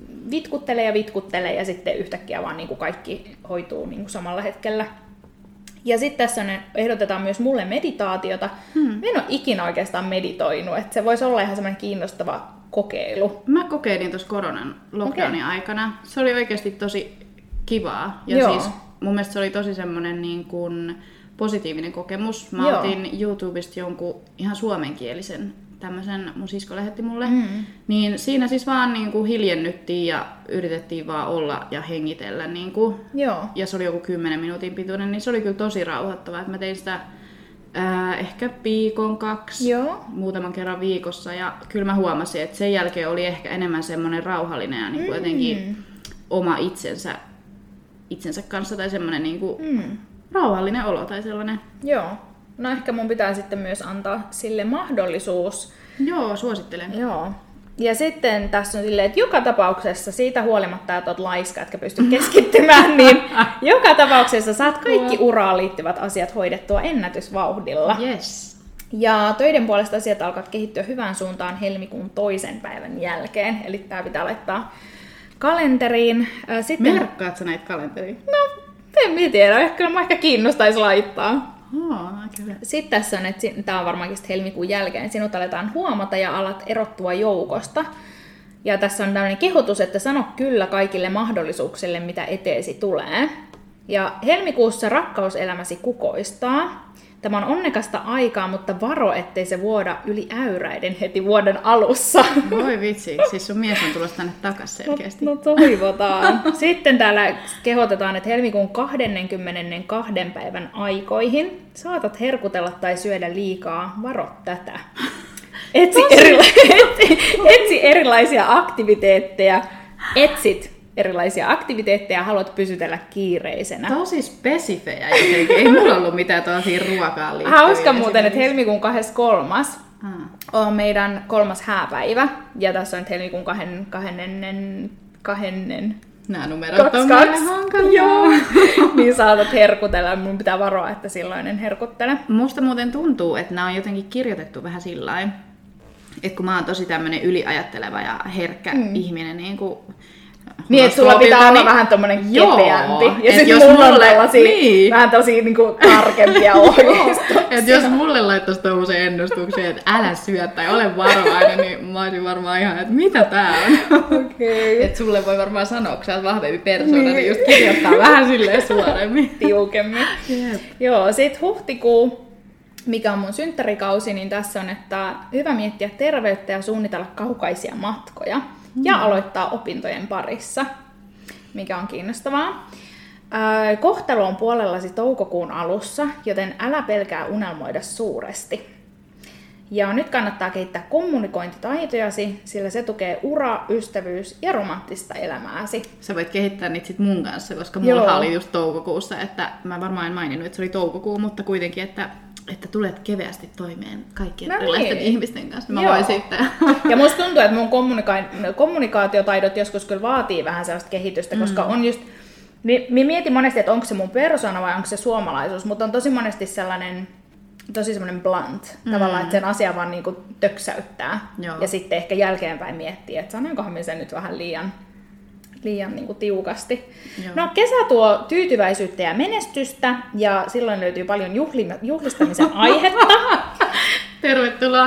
vitkuttelee ja sitten yhtäkkiä vaan niinku kaikki hoituu niinku samalla hetkellä. Ja sitten tässä ehdotetaan myös mulle meditaatiota. Mä en ole ikinä oikeastaan meditoinut, että se voisi olla ihan semmoinen kiinnostava kokeilu. Mä kokeilin tuossa koronan lockdownin aikana. Se oli oikeasti tosi kivaa. Ja Joo. siis mun mielestä se oli tosi semmoinen niin kuin positiivinen kokemus. Mä otin YouTubesta jonkun ihan suomenkielisen tämmöisen, mun sisko lähetti mulle. Niin siinä siis vaan niin kuin hiljennyttiin ja yritettiin vaan olla ja hengitellä. Niin kuin. Ja se oli joku 10 minuutin pituinen, niin se oli kyllä tosi rauhoittavaa. Että mä tein sitä ehkä viikon 2, muutaman kerran viikossa. Ja kyllä mä huomasin, että sen jälkeen oli ehkä enemmän semmoinen rauhallinen ja niin kuin jotenkin oma itsensä kanssa tai semmoinen niin kuin rauhallinen olo tai sellainen. Joo. No ehkä mun pitää sitten myös antaa sille mahdollisuus. Joo, suosittelen. Joo. Ja sitten tässä on silleen, että joka tapauksessa siitä huolimatta, että oot laiska, etkä pysty keskittymään, niin joka tapauksessa saat kaikki uraan liittyvät asiat hoidettua ennätysvauhdilla. Yes. Ja töiden puolesta asiat alkavat kehittyä hyvään suuntaan helmikuun 2. päivän jälkeen. Eli tää pitää laittaa kalenteriin. Merkkaat sä näitä kalenteriin? No, en tiedä. Ehkä kiinnostaisi laittaa. Kyllä. Sitten tässä on, että tämä on varmaankin helmikuun jälkeen, sinut aletaan huomata ja alat erottua joukosta. Ja tässä on tämmöinen kehotus, että sano kyllä kaikille mahdollisuuksille, mitä eteesi tulee. Ja helmikuussa rakkauselämäsi kukoistaa. Tämä on onnekasta aikaa, mutta varo, ettei se vuoda yli äyräiden heti vuoden alussa. Voi vitsi, siis sun mies on tulossa tänne takas selkeästi. No toivotaan. Sitten täällä kehotetaan, että helmikuun 22. päivän aikoihin saatat herkutella tai syödä liikaa, varo tätä. Etsi erilaisia aktiviteetteja. Etsit erilaisia aktiviteetteja ja haluat pysytellä kiireisenä. Tosi spesifejä jotenkin. Ei mulla ollut mitään tosi ruokaan liittyviä. Hauska muuten, että helmikuun 23. on meidän 3. hääpäivä. Ja tässä on nyt helmikuun 2. Nämä numerot on meille hankalia. Joo. Niin saatat herkutella. Mun pitää varoa, että silloin en herkuttele. Musta muuten tuntuu, että nämä on jotenkin kirjoitettu vähän sillain, että kun mä oon tosi tämmönen yliajatteleva ja herkkä ihminen, niin kuin niin, että sulla pitää olla vähän tommonen kepeämpi. Ja sit mulla on vähän tosi niinku tarkempia ohjeistuksia. Että jos mulle laittaisi tommosen ennustuksen, että älä syö tai ole varovainen, niin mä olisin varmaan ihan, että mitä tää on. Okay. Että sulle voi varmaan sanoa, kun sä oot vahvempi persoona, niin just kirjoittaa vähän silleen suoremmin. Tiukemmin. Yep. Joo, sit huhtikuu, mikä on mun synttärikausi, niin tässä on, että hyvä miettiä terveyttä ja suunnitella kaukaisia matkoja. Ja aloittaa opintojen parissa, mikä on kiinnostavaa. Kohtalo on puolellasi toukokuun alussa, joten älä pelkää unelmoida suuresti. Ja nyt kannattaa kehittää kommunikointitaitojasi, sillä se tukee ystävyys ja romanttista elämääsi. Sä voit kehittää niitä sit mun kanssa, koska mulla oli just toukokuussa, että mä varmaan en maininnut, että se oli toukokuu, mutta kuitenkin, että tulet keveästi toimeen kaikkien erilaisten ihmisten kanssa. Mä voin sitten. Ja musta tuntuu, että mun kommunikaatiotaidot joskus kyllä vaatii vähän sellaista kehitystä, koska on just, mä mietin monesti, että onko se mun persona vai onko se suomalaisuus, mutta on tosi monesti tosi semmoinen blunt, tavallaan, että sen asia vaan niinku töksäyttää. Joo. Ja sitten ehkä jälkeenpäin miettii, että sanoinkohan me sen nyt vähän liian niinku tiukasti. Joo. No, kesä tuo tyytyväisyyttä ja menestystä, ja silloin löytyy paljon juhlistamisen aihetta. Tervetuloa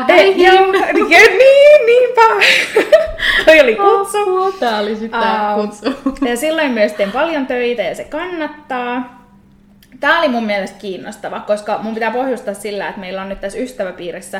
niinpä! Toi oli kutsu. Tää oli sitten kutsu. Ja silloin myös teen paljon töitä, ja se kannattaa. Tää oli mun mielestä kiinnostava, koska mun pitää pohjustaa sillä, että meillä on nyt tässä ystäväpiirissä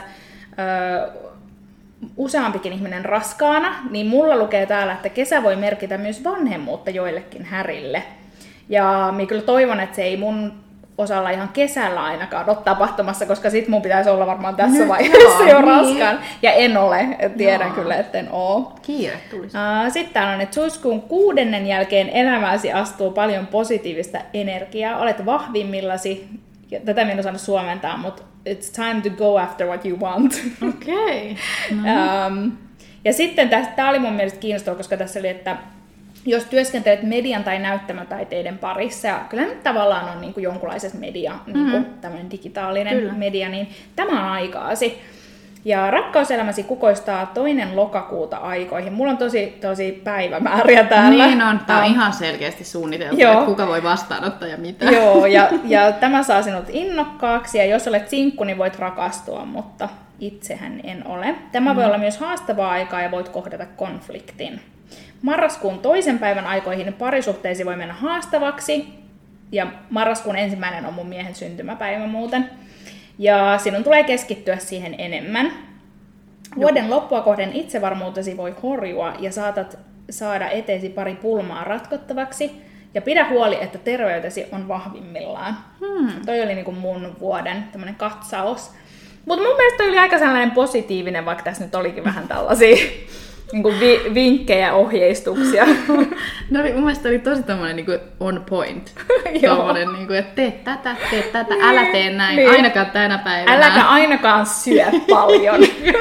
useampikin ihminen raskaana, niin mulla lukee täällä, että kesä voi merkitä myös vanhemmuutta joillekin härille. Ja minä kyllä toivon, että se ei mun osalla ihan kesällä ainakaan ole tapahtumassa, koska sit mun pitäisi olla varmaan tässä vaiheessa jo raskaan. Ja en ole, tiedän kyllä, että en oo. Kiire tulisi. Sitten täällä on, että syyskuun 6. jälkeen elämääsi astuu paljon positiivista energiaa, olet vahvimmillasi Ja tätä minä en osannut suomentaa, mutta it's time to go after what you want. Okei. Ja sitten tämä oli mun mielestä kiinnostavaa, koska tässä oli, että jos työskentelet median tai näyttämötaiteiden parissa, ja kyllä nyt tavallaan on niin kuin jonkunlaisessa media, niin kuin tämmöinen digitaalinen media, niin tämä on aikaasi. Ja rakkauselämäsi kukoistaa 2. lokakuuta aikoihin. Mulla on tosi päivämääriä täällä. Niin on, tää on ihan selkeästi suunniteltu, että kuka voi vastaanottaa ja mitä. Joo, ja tämä saa sinut innokkaaksi, ja jos olet sinkku, niin voit rakastua, mutta itsehän en ole. Tämä voi olla myös haastavaa aikaa ja voit kohdata konfliktin. Marraskuun 2. päivän aikoihin parisuhteesi voi mennä haastavaksi, ja marraskuun 1. on mun miehen syntymäpäivä muuten. Ja sinun tulee keskittyä siihen enemmän. Vuoden loppua kohden itsevarmuutesi voi horjua ja saatat saada eteesi pari pulmaa ratkottavaksi. Ja pidä huoli, että terveytesi on vahvimmillaan. Toi oli niinku mun vuoden tämmönen katsaus. Mutta mun mielestä toi oli aika sellainen positiivinen, vaikka tässä nyt olikin vähän tällaisia niinku vinkkejä, ohjeistuksia. No mun mielestä oli tosi tommonen niinku on point. Tommonen niinku, että teet tätä, älä tee näin, niin. Ainakaan tänä päivänä. Äläkä ainakaan syö paljon.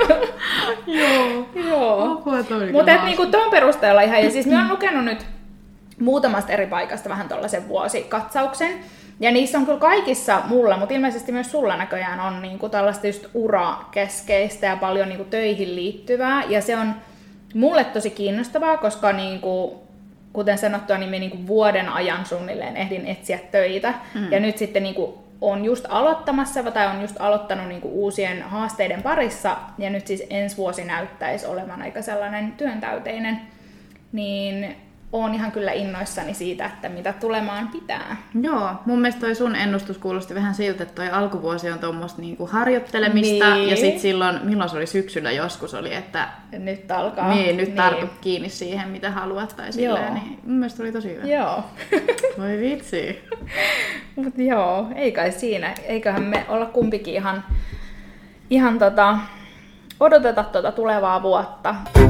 Joo. Mutta niinku tuon perusteella ihan, ja siis mä oon lukenut nyt muutamasta eri paikasta vähän tollasen vuosikatsauksen. Ja niissä on kyllä kaikissa mulla, mutta ilmeisesti myös sulla näköjään on niinku tällaista just urakeskeistä ja paljon niinku töihin liittyvää. Ja se on mulle tosi kiinnostavaa, koska niinku, kuten sanottua, niin me niinku vuoden ajan suunnilleen ehdin etsiä töitä. Ja nyt sitten niinku on just aloittamassa tai on just aloittanut niinku uusien haasteiden parissa. Ja nyt siis ensi vuosi näyttäisi olevan aika sellainen työntäyteinen. Niin oon ihan kyllä innoissani siitä, että mitä tulemaan pitää. Joo, mun mielestä toi sun ennustus kuulosti vähän siltä, että toi alkuvuosi on tuommoista niinku harjoittelemista, niin. Ja sit silloin, milloin se oli syksyllä joskus oli, että nyt alkaa. Niin, tartu kiinni siihen, mitä haluat tai silleen, niin mun mielestä oli tosi hyvä. Joo. Voi vitsi. Mut joo, ei kai siinä. Eiköhän me olla kumpikin ihan odoteta tulevaa vuotta.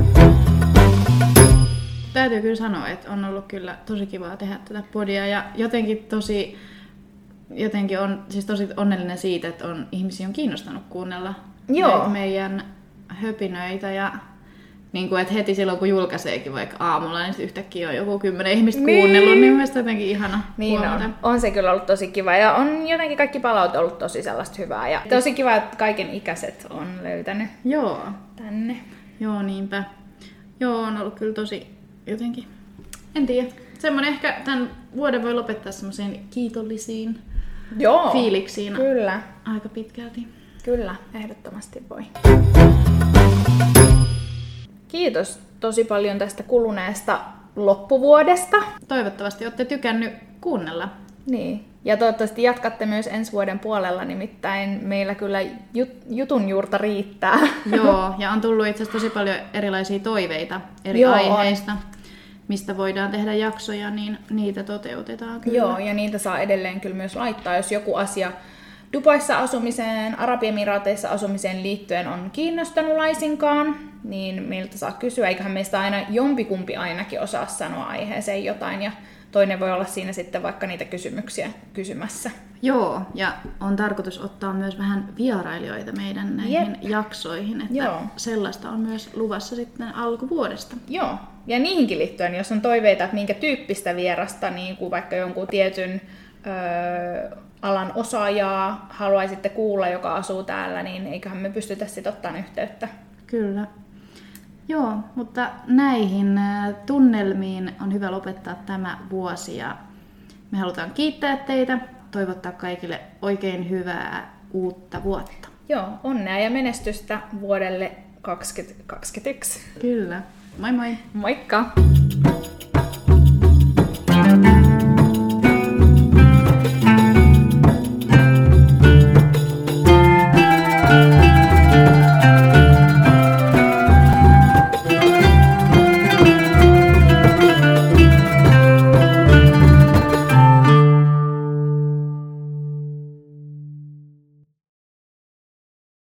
Täytyy kyllä sanoa, että on ollut kyllä tosi kivaa tehdä tätä podia ja jotenkin on siis tosi onnellinen siitä, että ihmisiä on kiinnostanut kuunnella meidän höpinöitä ja niin kuin, että heti silloin kun julkaiseekin vaikka aamulla, niin yhtäkkiä on joku 10 ihmistä kuunnellut, niin mielestäni jotenkin ihana huomata. On se kyllä ollut tosi kiva ja on jotenkin kaikki palaute ollut tosi sellaista hyvää ja tosi kiva, että kaiken ikäiset on löytänyt tänne. Joo, niinpä. Joo, on ollut kyllä tosi jotenkin, en tiedä. Semmoinen ehkä tämän vuoden voi lopettaa semmoiseen kiitollisiin fiiliksiin. Kyllä. Aika pitkälti. Kyllä, ehdottomasti voi. Kiitos tosi paljon tästä kuluneesta loppuvuodesta. Toivottavasti olette tykännyt kuunnella. Niin. Ja toivottavasti jatkatte myös ensi vuoden puolella, nimittäin meillä kyllä jutun juurta riittää. Joo, ja on tullut itse asiassa tosi paljon erilaisia toiveita eri aiheista, mistä voidaan tehdä jaksoja, niin niitä toteutetaan kyllä. Joo, ja niitä saa edelleen kyllä myös laittaa, jos joku asia Dubaissa asumiseen, Arabiemiraateissa asumiseen liittyen on kiinnostanut laisinkaan, niin meiltä saa kysyä, eiköhän meistä aina jompikumpi ainakin osaa sanoa aiheeseen jotain, ja toinen voi olla siinä sitten vaikka niitä kysymyksiä kysymässä. Joo, ja on tarkoitus ottaa myös vähän vierailijoita meidän näihin jaksoihin, että sellaista on myös luvassa sitten alkuvuodesta. Joo, ja niihinkin liittyen, jos on toiveita, että minkä tyyppistä vierasta, niin kuin vaikka jonkun tietyn alan osaajaa haluaisitte kuulla, joka asuu täällä, niin eiköhän me pystytä sitten ottamaan yhteyttä. Kyllä. Joo, mutta näihin tunnelmiin on hyvä lopettaa tämä vuosi ja me halutaan kiittää teitä, toivottaa kaikille oikein hyvää uutta vuotta. Joo, onnea ja menestystä vuodelle 2021. Kyllä. Moi moi! Moikka!